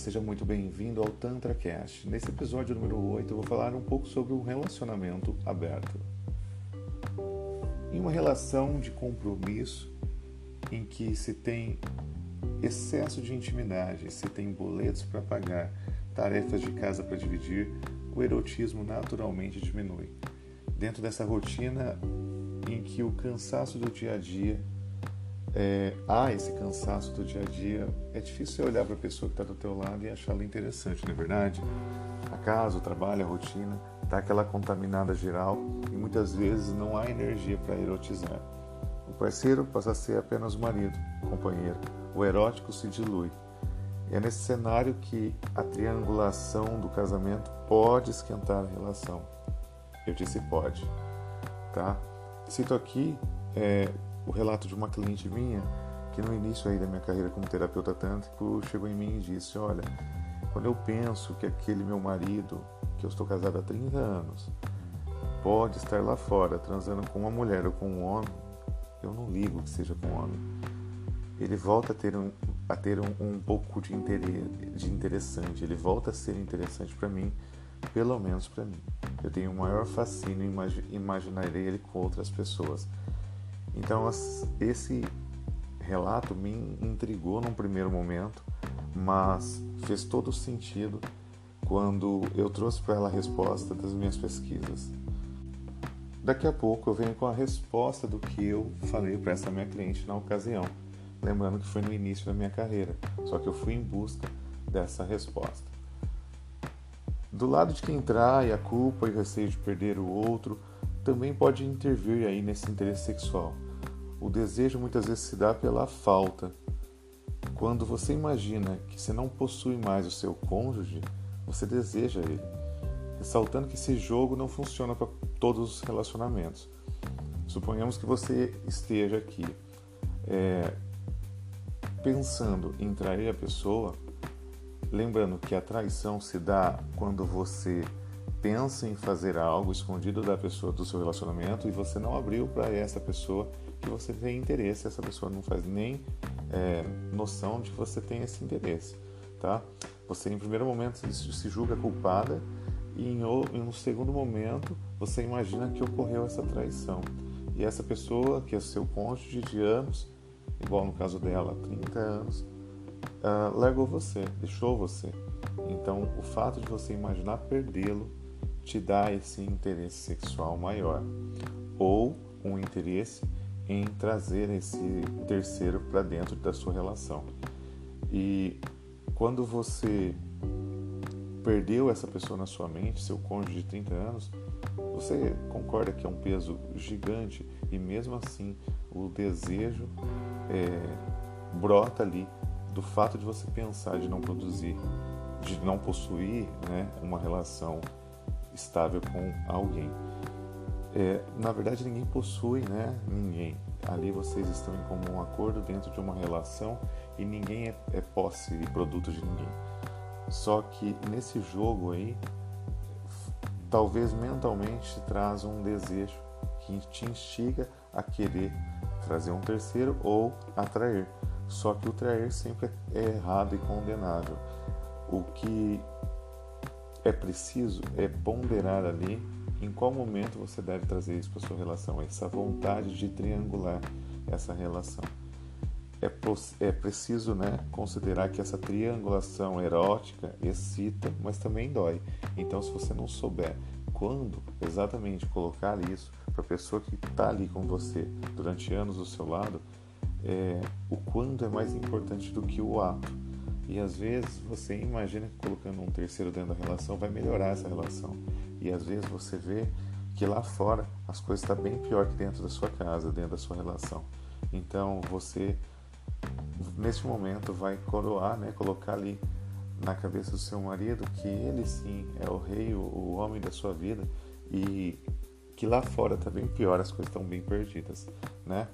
seja muito bem-vindo ao TantraCast. Nesse episódio número 8 eu vou falar um pouco sobre o relacionamento aberto. Em uma relação de compromisso em que se tem excesso de intimidade, se tem boletos para pagar, tarefas de casa para dividir, o erotismo naturalmente diminui. Dentro dessa rotina em que o cansaço do dia a dia há esse cansaço do dia a dia, é difícil você olhar para a pessoa que está do teu lado e achá-la interessante, não é verdade? A casa, o trabalho, a rotina, dá aquela contaminada geral e muitas vezes não há energia para erotizar. O parceiro passa a ser apenas o marido, o companheiro. O erótico se dilui. E é nesse cenário que a triangulação do casamento pode esquentar a relação. Eu disse pode, tá? Cito aqui o relato de uma cliente minha que no início aí da minha carreira como terapeuta tântrico chegou em mim e disse: olha, quando eu penso que aquele meu marido, que eu estou casado há 30 anos, pode estar lá fora transando com uma mulher ou com um homem, eu não ligo que seja com um homem. Ele volta a ter um pouco de interessante, ele volta a ser interessante para mim, pelo menos para mim. Eu tenho um maior fascínio em imaginar ele com outras pessoas. Então esse relato me intrigou num primeiro momento, mas fez todo sentido quando eu trouxe para ela a resposta das minhas pesquisas. Daqui a pouco eu venho com a resposta do que eu falei para essa minha cliente na ocasião, lembrando que foi no início da minha carreira, só que eu fui em busca dessa resposta. Do lado de quem trai, a culpa e o receio de perder o outro também pode intervir aí nesse interesse sexual. O desejo muitas vezes se dá pela falta. Quando você imagina que você não possui mais o seu cônjuge, você deseja ele. Ressaltando que esse jogo não funciona para todos os relacionamentos. Suponhamos que você esteja aqui pensando em trair a pessoa, lembrando que a traição se dá quando você pensa em fazer algo escondido da pessoa do seu relacionamento e você não abriu para essa pessoa que você tem interesse, essa pessoa não faz nem noção de que você tem esse interesse, tá? Você em primeiro momento se julga culpada e em um segundo momento você imagina que ocorreu essa traição e essa pessoa que é seu cônjuge de anos, igual no caso dela, 30 anos, largou você, deixou você. Então o fato de você imaginar perdê-lo te dá esse interesse sexual maior ou um interesse em trazer esse terceiro para dentro da sua relação. E quando você perdeu essa pessoa na sua mente, seu cônjuge de 30 anos, você concorda que é um peso gigante e mesmo assim o desejo brota ali do fato de você pensar de não produzir, de não possuir, né, uma relação estável com alguém. Na verdade ninguém possui, né? Ninguém. Ali vocês estão em comum acordo dentro de uma relação e ninguém é posse e produto de ninguém. Só que nesse jogo aí, talvez mentalmente te traz um desejo que te instiga a querer trazer um terceiro ou atrair. Só que o trair sempre é errado e condenável. O que é preciso é ponderar ali em qual momento você deve trazer isso para a sua relação, essa vontade de triangular essa relação. É preciso, né, considerar que essa triangulação erótica excita, mas também dói. Então, se você não souber quando exatamente colocar isso para a pessoa que está ali com você durante anos do seu lado, o quando é mais importante do que o ato. E às vezes você imagina que colocando um terceiro dentro da relação vai melhorar essa relação. E às vezes você vê que lá fora as coisas estão bem pior que dentro da sua casa, dentro da sua relação. Então você, neste momento, vai coroar, né, colocar ali na cabeça do seu marido que ele sim é o rei, o homem da sua vida e que lá fora está bem pior, as coisas estão bem perdidas, né?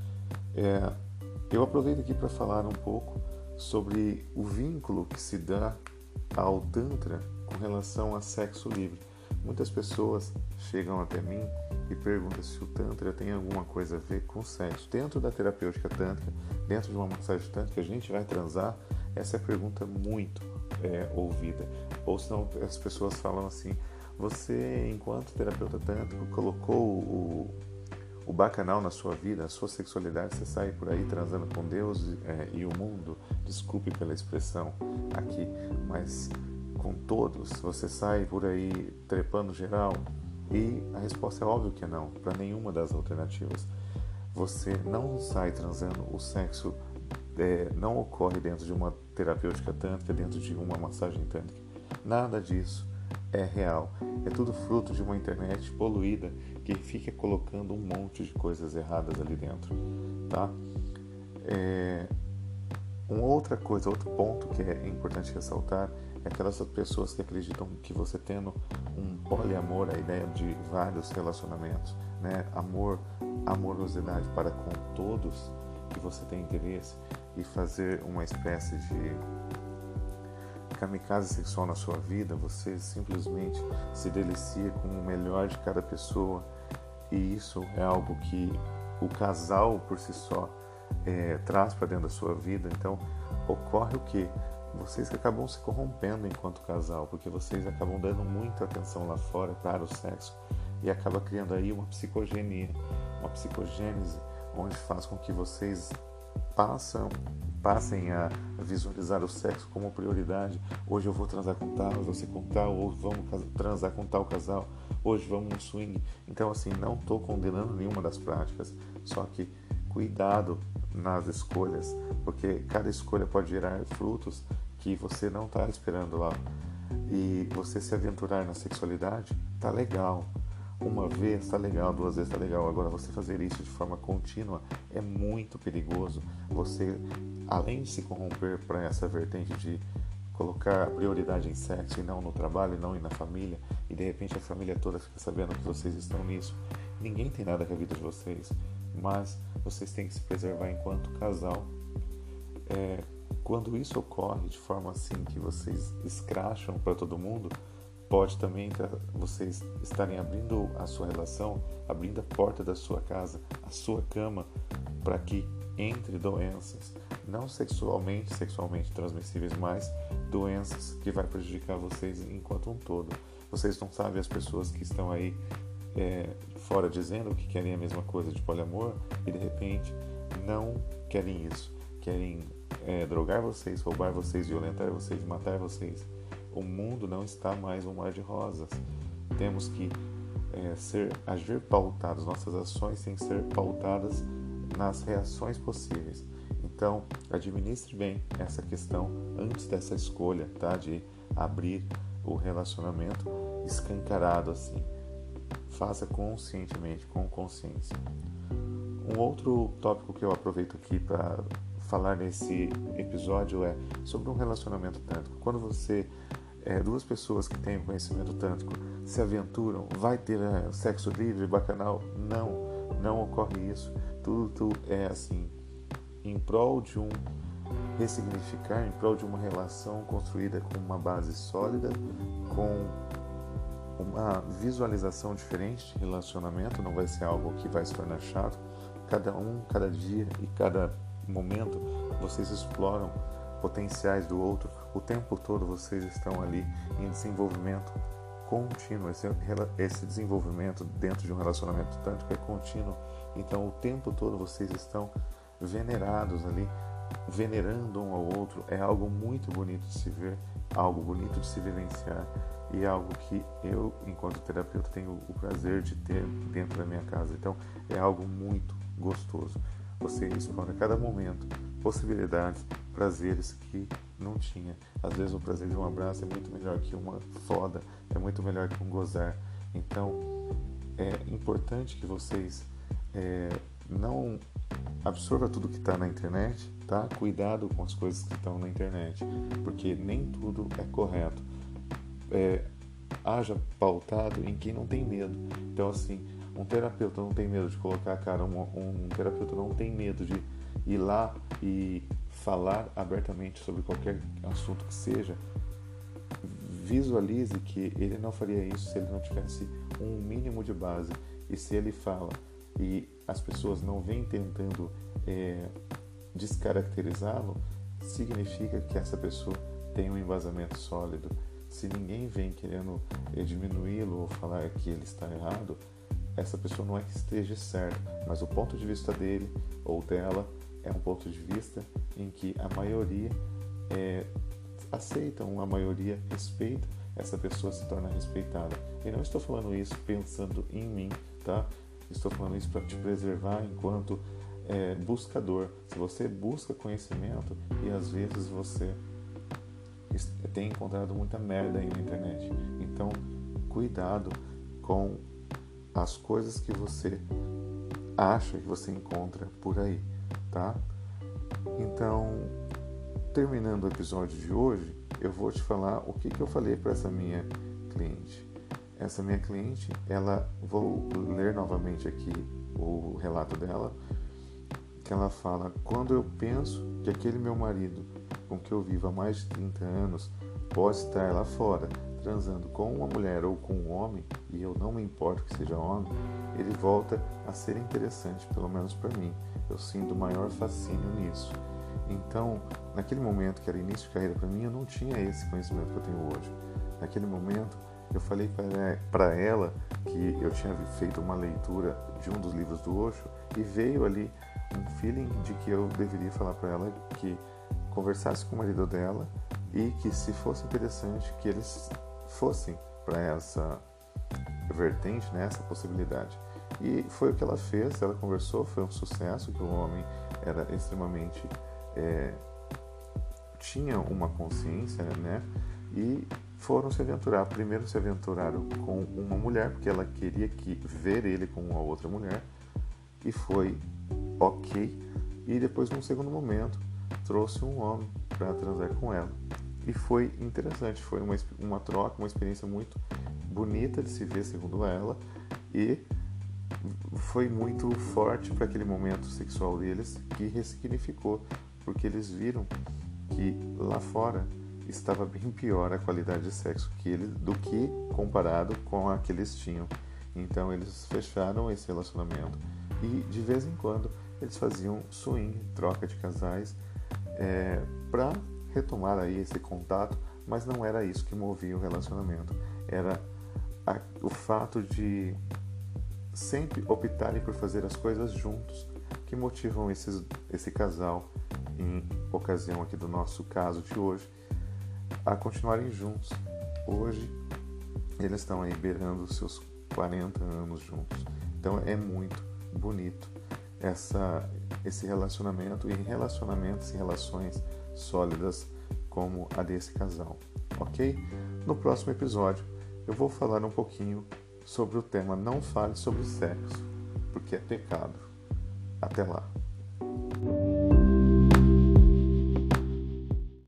Eu aproveito aqui para falar um pouco sobre o vínculo que se dá ao Tantra com relação a sexo livre. Muitas pessoas chegam até mim e perguntam se o Tantra tem alguma coisa a ver com sexo. Dentro da terapêutica tântrica, dentro de uma massagem tântrica, a gente vai transar? Essa é a pergunta muito, ouvida. Ou senão as pessoas falam assim: você, enquanto terapeuta tântrico, colocou o bacanal na sua vida, a sua sexualidade, você sai por aí transando com Deus e o mundo, desculpe pela expressão aqui, mas com todos, você sai por aí trepando geral? E a resposta é óbvio que não, para nenhuma das alternativas. Você não sai transando, o sexo não ocorre dentro de uma terapêutica tântrica, dentro de uma massagem tântrica. Nada disso é real. É tudo fruto de uma internet poluída que fica colocando um monte de coisas erradas ali dentro, tá? Outra coisa, outro ponto que é importante ressaltar é aquelas pessoas que acreditam que você tendo um poliamor, a ideia de vários relacionamentos, né? Amorosidade para com todos que você tem interesse, e fazer uma espécie de kamikaze sexual na sua vida. Você simplesmente se delicia com o melhor de cada pessoa, e isso é algo que o casal por si só traz para dentro da sua vida. Então ocorre o que? Vocês que acabam se corrompendo enquanto casal, porque vocês acabam dando muita atenção lá fora para o sexo, e acaba criando aí uma psicogênese, onde faz com que vocês passem a visualizar o sexo como prioridade. Hoje eu vou transar com tal, você com tal, ou vamos transar com tal casal, hoje vamos no swing. Então assim, não estou condenando nenhuma das práticas, só que cuidado nas escolhas, porque cada escolha pode gerar frutos que você não está esperando lá. E você se aventurar na sexualidade tá legal, uma vez tá legal, duas vezes tá legal. Agora, você fazer isso de forma contínua é muito perigoso. Você, além de se corromper para essa vertente de colocar a prioridade em sexo e não no trabalho, e não na família, e de repente a família toda fica sabendo que vocês estão nisso. Ninguém tem nada com a vida de vocês, mas vocês têm que se preservar enquanto casal. Quando isso ocorre de forma assim que vocês escracham para todo mundo, pode também vocês estarem abrindo a sua relação, abrindo a porta da sua casa, a sua cama, para que entre doenças, não sexualmente transmissíveis, mas doenças que vai prejudicar vocês enquanto um todo. Vocês não sabem, as pessoas que estão aí fora dizendo que querem a mesma coisa de poliamor e de repente não querem isso, querem drogar vocês, roubar vocês, violentar vocês, matar vocês. O mundo não está mais um mar de rosas. Temos que agir pautados, nossas ações têm que ser pautadas nas reações possíveis. Então, administre bem essa questão antes dessa escolha, tá? De abrir o relacionamento escancarado assim. Faça conscientemente, com consciência. Um outro tópico que eu aproveito aqui para falar nesse episódio é sobre um relacionamento tântrico. Quando você duas pessoas que têm conhecimento tântrico se aventuram, vai ter sexo livre, bacanal? Não ocorre isso. Tudo é assim, em prol de ressignificar, em prol de uma relação construída com uma base sólida, com uma visualização diferente de relacionamento. Não vai ser algo que vai se tornar chato. Cada dia e cada momento vocês exploram potenciais do outro. O tempo todo vocês estão ali em desenvolvimento contínuo. Esse desenvolvimento dentro de um relacionamento tântrico é contínuo. Então o tempo todo vocês estão venerados ali, venerando um ao outro. É algo muito bonito de se ver, algo bonito de se vivenciar, e algo que eu, enquanto terapeuta, tenho o prazer de ter dentro da minha casa. Então é algo muito gostoso. Você explora a cada momento possibilidades, prazeres que não tinha. Às vezes o prazer de um abraço é muito melhor que uma foda, é muito melhor que um gozar. Então é importante que vocês não absorva tudo que está na internet, tá? Cuidado com as coisas que estão na internet, porque nem tudo é correto. Haja pautado em quem não tem medo. Então assim, um terapeuta não tem medo de colocar a cara, um terapeuta não tem medo de ir lá e falar abertamente sobre qualquer assunto que seja. Visualize que ele não faria isso se ele não tivesse um mínimo de base. E se ele fala e as pessoas não vêm tentando descaracterizá-lo, significa que essa pessoa tem um embasamento sólido, se ninguém vem querendo diminuí-lo ou falar que ele está errado, essa pessoa não é que esteja certa, mas o ponto de vista dele ou dela é um ponto de vista em que a maioria aceita, a maioria respeita, essa pessoa se torna respeitada. E não estou falando isso pensando em mim, tá? Estou falando isso para te preservar enquanto buscador. Se você busca conhecimento e às vezes você tem encontrado muita merda aí na internet, então cuidado com as coisas que você acha que você encontra por aí, tá? Então, terminando o episódio de hoje, eu vou te falar o que eu falei para essa minha cliente. Essa minha cliente, vou ler novamente aqui o relato dela, que ela fala: quando eu penso que aquele meu marido com que eu vivo há mais de 30 anos pode estar lá fora transando com uma mulher ou com um homem, e eu não me importo que seja homem, ele volta a ser interessante, pelo menos para mim. Eu sinto maior fascínio nisso. Então, naquele momento que era início de carreira para mim, eu não tinha esse conhecimento que eu tenho hoje. Naquele momento, eu falei para ela que eu tinha feito uma leitura de um dos livros do Osho e veio ali um feeling de que eu deveria falar para ela que conversasse com o marido dela e que, se fosse interessante, que eles fossem para essa vertente, né, essa possibilidade. E foi o que ela fez, ela conversou, foi um sucesso, que o homem era extremamente... tinha uma consciência, né, e foram se aventurar. Primeiro se aventuraram com uma mulher, porque ela queria ver ele com uma outra mulher, e foi ok. E depois, num segundo momento, trouxe um homem para transar com ela. E foi interessante, foi uma troca, uma experiência muito bonita de se ver, segundo ela, e foi muito forte para aquele momento sexual deles, que ressignificou, porque eles viram que lá fora estava bem pior a qualidade de sexo do que comparado com a que eles tinham. Então eles fecharam esse relacionamento e, de vez em quando, eles faziam swing, troca de casais, para retomar aí esse contato, mas não era isso que movia o relacionamento. Era o fato de sempre optarem por fazer as coisas juntos que motivam esse casal, em ocasião aqui do nosso caso de hoje, a continuarem juntos. Hoje eles estão aí beirando os seus 40 anos juntos. Então é muito bonito esse relacionamento, e relacionamentos e relações sólidas como a desse casal, ok? No próximo episódio eu vou falar um pouquinho sobre o tema Não Fale sobre Sexo, porque é pecado. Até lá!